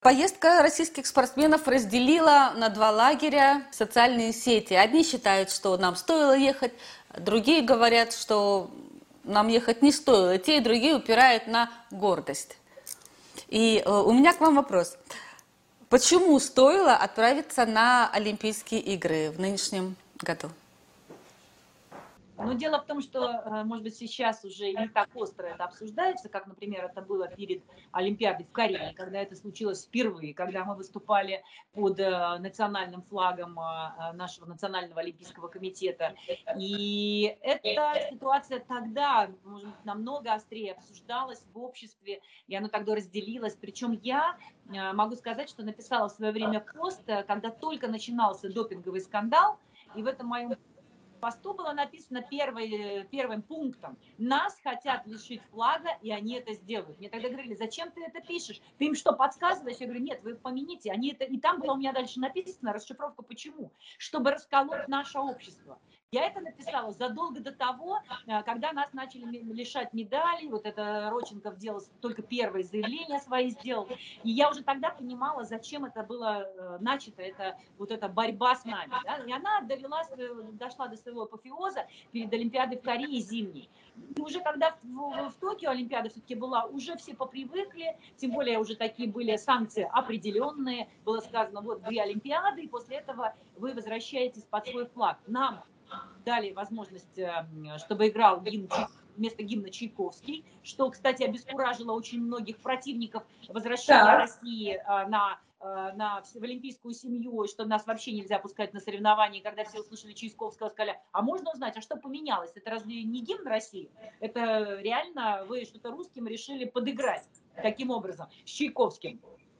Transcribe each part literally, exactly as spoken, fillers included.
Поездка российских спортсменов разделила на два лагеря социальные сети. Одни считают, что нам стоило ехать, другие говорят, что нам ехать не стоило. Те и другие упирают на гордость. И э, у меня к вам вопрос. Почему стоило отправиться на Олимпийские игры в нынешнем году? Но дело в том, что, может быть, сейчас уже не так остро это обсуждается, как, например, это было перед Олимпиадой в Корее, когда это случилось впервые, когда мы выступали под национальным флагом нашего Национального олимпийского комитета. И эта ситуация тогда, может быть, намного острее обсуждалась в обществе, и она тогда разделилась. Причем я могу сказать, что написала в свое время пост, когда только начинался допинговый скандал, и в этом моем посту было написано первый, первым пунктом: нас хотят лишить флага, и они это сделают. Мне тогда говорили: зачем ты это пишешь? Ты им что, подсказываешь? Я говорю: нет, вы помяните. Они это... И там было у меня дальше написано расшифровка почему. Чтобы расколоть наше общество. Я это написала задолго до того, когда нас начали лишать медалей. Вот это Родченков делал, только первое заявление свои сделал. И я уже тогда понимала, зачем это было начато, это, вот эта борьба с нами. Да? И она довела, дошла до своего апофеоза перед Олимпиадой в Корее зимней. И уже когда в, в, в Токио Олимпиада все-таки была, уже все попривыкли, тем более уже такие были санкции определенные. Было сказано: вот две Олимпиады, и после этого вы возвращаетесь под свой флаг. Нам дали возможность, чтобы играл гимн, вместо гимна Чайковский, что, кстати, обескуражило очень многих противников возвращения России на, на, в олимпийскую семью, что нас вообще нельзя пускать на соревнования. И когда все услышали Чайковского, сказали: а можно узнать, а что поменялось? Это разве не гимн России? Это реально вы что-то русским решили подыграть таким образом с Чайковским.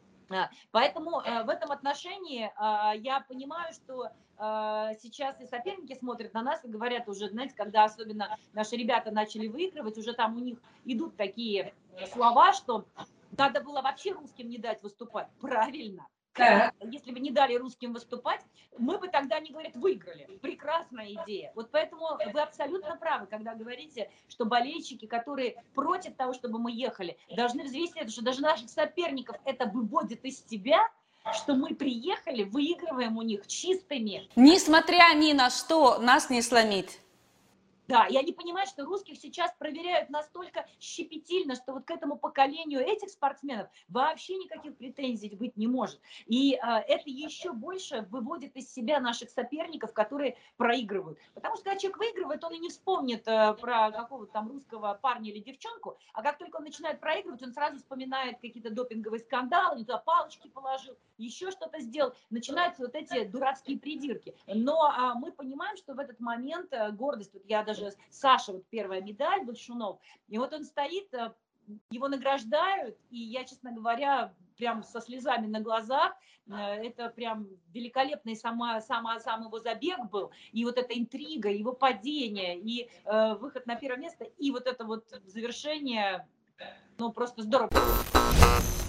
Поэтому в этом отношении я понимаю, что сейчас и соперники смотрят на нас и говорят уже, знаете, когда особенно наши ребята начали выигрывать, уже там у них идут такие слова, что надо было вообще русским не дать выступать. Правильно. Если бы не дали русским выступать, мы бы тогда, они говорят, выиграли. Прекрасная идея. Вот поэтому вы абсолютно правы, когда говорите, что болельщики, которые против того, чтобы мы ехали, должны взвесить это, что даже наших соперников это выводит из себя, что мы приехали, выигрываем у них чистыми. Несмотря ни на что, нас не сломить. Да, и они понимают, что русских сейчас проверяют настолько щепетильно, что вот к этому поколению этих спортсменов вообще никаких претензий быть не может. И а, это еще больше выводит из себя наших соперников, которые проигрывают. Потому что когда человек выигрывает, он и не вспомнит а, про какого-то там русского парня или девчонку, а как только он начинает проигрывать, он сразу вспоминает какие-то допинговые скандалы, он туда палочки положил, еще что-то сделал. Начинаются вот эти дурацкие придирки. Но а, мы понимаем, что в этот момент а, гордость, вот я даже Саша, вот первая медаль, Большунов, и вот он стоит, его награждают, и я, честно говоря, прям со слезами на глазах, это прям великолепный сама, сама, сам его забег был, и вот эта интрига, его падение, и э, выход на первое место, и вот это вот завершение, ну, просто здорово.